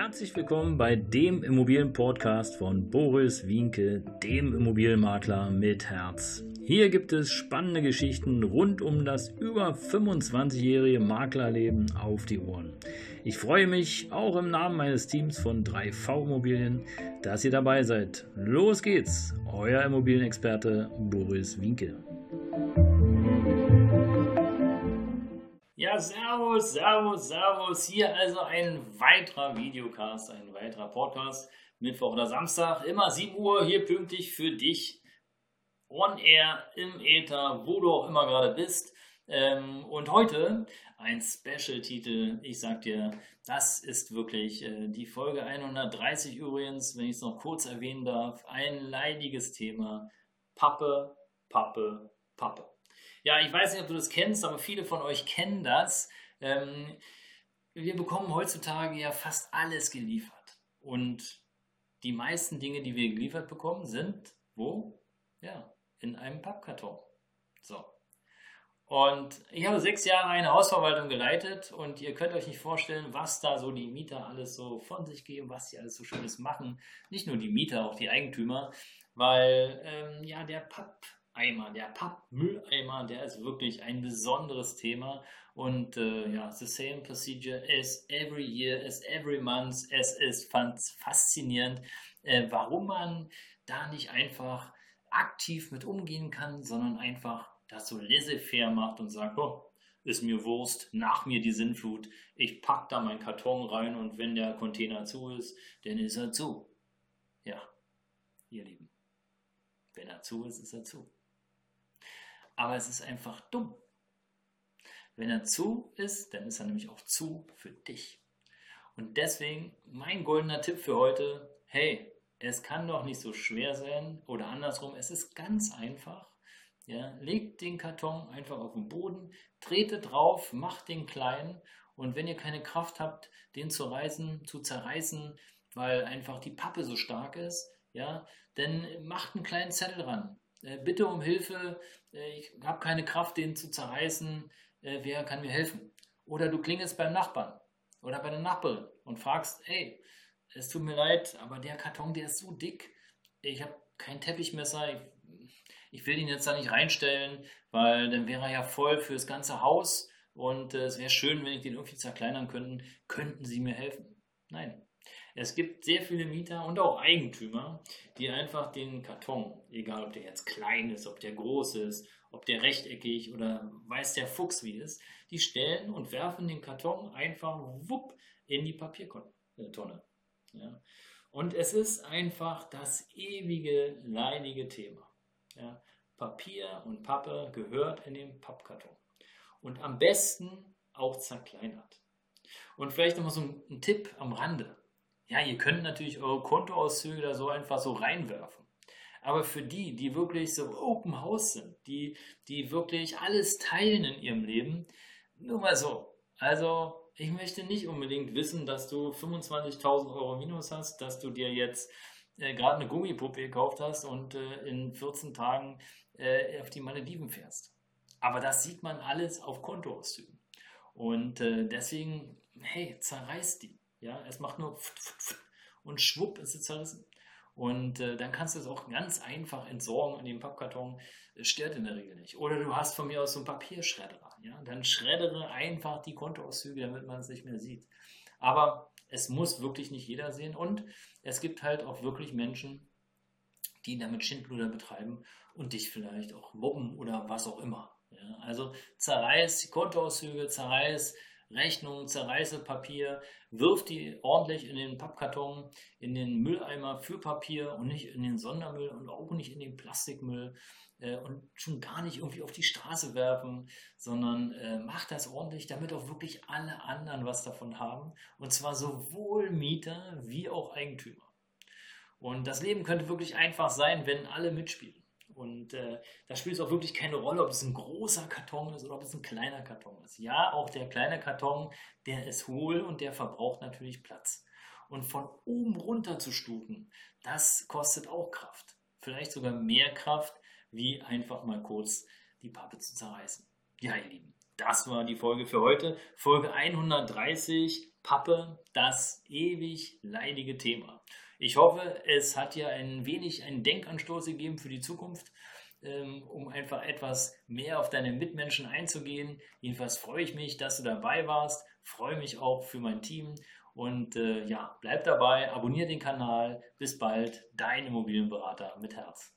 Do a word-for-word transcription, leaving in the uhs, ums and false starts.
Herzlich willkommen bei dem Immobilien-Podcast von Boris Wienke, dem Immobilienmakler mit Herz. Hier gibt es spannende Geschichten rund um das über fünfundzwanzigjährige Maklerleben auf die Ohren. Ich freue mich auch im Namen meines Teams von drei V Immobilien, dass ihr dabei seid. Los geht's, euer Immobilienexperte Boris Wienke. Ja, servus, servus, servus. Hier also ein weiterer Videocast, ein weiterer Podcast. Mittwoch oder Samstag, immer sieben Uhr, hier pünktlich für dich. On Air, im Äther, wo du auch immer gerade bist. Und heute ein Special-Titel. Ich sag dir, das ist wirklich die Folge hundertdreißig übrigens, wenn ich es noch kurz erwähnen darf. Ein leidiges Thema. Pappe, Pappe, Pappe. Ja, ich weiß nicht, ob du das kennst, aber viele von euch kennen das. Ähm, wir bekommen heutzutage ja fast alles geliefert. Und die meisten Dinge, die wir geliefert bekommen, sind wo? Ja, in einem Pappkarton. So. Und ich habe sechs Jahre eine Hausverwaltung geleitet und ihr könnt euch nicht vorstellen, was da so die Mieter alles so von sich geben, was die alles so Schönes machen. Nicht nur die Mieter, auch die Eigentümer, weil ähm, ja der Papp Eimer, der Pappmülleimer, der ist wirklich ein besonderes Thema und äh, ja, the same procedure as every year, as every month. Es ist faszinierend, äh, warum man da nicht einfach aktiv mit umgehen kann, sondern einfach das so laissez-faire macht und sagt, oh, ist mir Wurst, nach mir die Sinnflut, ich pack da meinen Karton rein und wenn der Container zu ist, dann ist er zu. Ja, ihr Lieben, wenn er zu ist, ist er zu. Aber es ist einfach dumm. Wenn er zu ist, dann ist er nämlich auch zu für dich. Und deswegen mein goldener Tipp für heute, hey, es kann doch nicht so schwer sein oder andersrum, es ist ganz einfach. Ja, legt den Karton einfach auf den Boden, tretet drauf, macht den klein und wenn ihr keine Kraft habt, den zu reißen, zu zerreißen, weil einfach die Pappe so stark ist, ja, dann macht einen kleinen Zettel ran. Bitte um Hilfe, ich habe keine Kraft, den zu zerreißen, wer kann mir helfen? Oder du klingelst beim Nachbarn oder bei der Nachbarin und fragst, hey, es tut mir leid, aber der Karton, der ist so dick, ich habe kein Teppichmesser, ich, ich will ihn jetzt da nicht reinstellen, weil dann wäre er ja voll für das ganze Haus und es wäre schön, wenn ich den irgendwie zerkleinern könnte, könnten Sie mir helfen? Nein. Es gibt sehr viele Mieter und auch Eigentümer, die einfach den Karton, egal ob der jetzt klein ist, ob der groß ist, ob der rechteckig oder weiß der Fuchs wie ist, die stellen und werfen den Karton einfach wupp in die Papiertonne. Ja. Und es ist einfach das ewige, leidige Thema. Ja. Papier und Pappe gehört in den Pappkarton. Und am besten auch zerkleinert. Und vielleicht nochmal so ein, ein Tipp am Rande. Ja, ihr könnt natürlich eure Kontoauszüge da so einfach so reinwerfen. Aber für die, die wirklich so Open House sind, die, die wirklich alles teilen in ihrem Leben, nur mal so. Also ich möchte nicht unbedingt wissen, dass du fünfundzwanzigtausend Euro Minus hast, dass du dir jetzt äh, gerade eine Gummipuppe gekauft hast und äh, in vierzehn Tagen äh, auf die Malediven fährst. Aber das sieht man alles auf Kontoauszügen. Und äh, deswegen, hey, zerreißt die. Ja, es macht nur und schwupp ist es zerrissen. Und äh, dann kannst du es auch ganz einfach entsorgen in dem Pappkarton. Es stört in der Regel nicht. Oder du hast von mir aus so einen Papierschredderer. Ja? Dann schreddere einfach die Kontoauszüge, damit man es nicht mehr sieht. Aber es muss wirklich nicht jeder sehen. Und es gibt halt auch wirklich Menschen, die damit Schindluder betreiben und dich vielleicht auch mobben oder was auch immer. Ja? Also zerreiß die Kontoauszüge, zerreiß Rechnung, zerreiße Papier, wirf die ordentlich in den Pappkarton, in den Mülleimer für Papier und nicht in den Sondermüll und auch nicht in den Plastikmüll äh, und schon gar nicht irgendwie auf die Straße werfen, sondern äh, mach das ordentlich, damit auch wirklich alle anderen was davon haben und zwar sowohl Mieter wie auch Eigentümer. Und das Leben könnte wirklich einfach sein, wenn alle mitspielen. Und äh, da spielt es auch wirklich keine Rolle, ob es ein großer Karton ist oder ob es ein kleiner Karton ist. Ja, auch der kleine Karton, der ist hohl und der verbraucht natürlich Platz. Und von oben runter zu stufen, das kostet auch Kraft. Vielleicht sogar mehr Kraft, wie einfach mal kurz die Pappe zu zerreißen. Ja, ihr Lieben, das war die Folge für heute. Folge hundertdreißig, Pappe, das ewig leidige Thema. Ich hoffe, es hat dir ein wenig einen Denkanstoß gegeben für die Zukunft, um einfach etwas mehr auf deine Mitmenschen einzugehen. Jedenfalls freue ich mich, dass du dabei warst, freue mich auch für mein Team und äh, ja, bleib dabei, abonniere den Kanal. Bis bald, dein Immobilienberater mit Herz.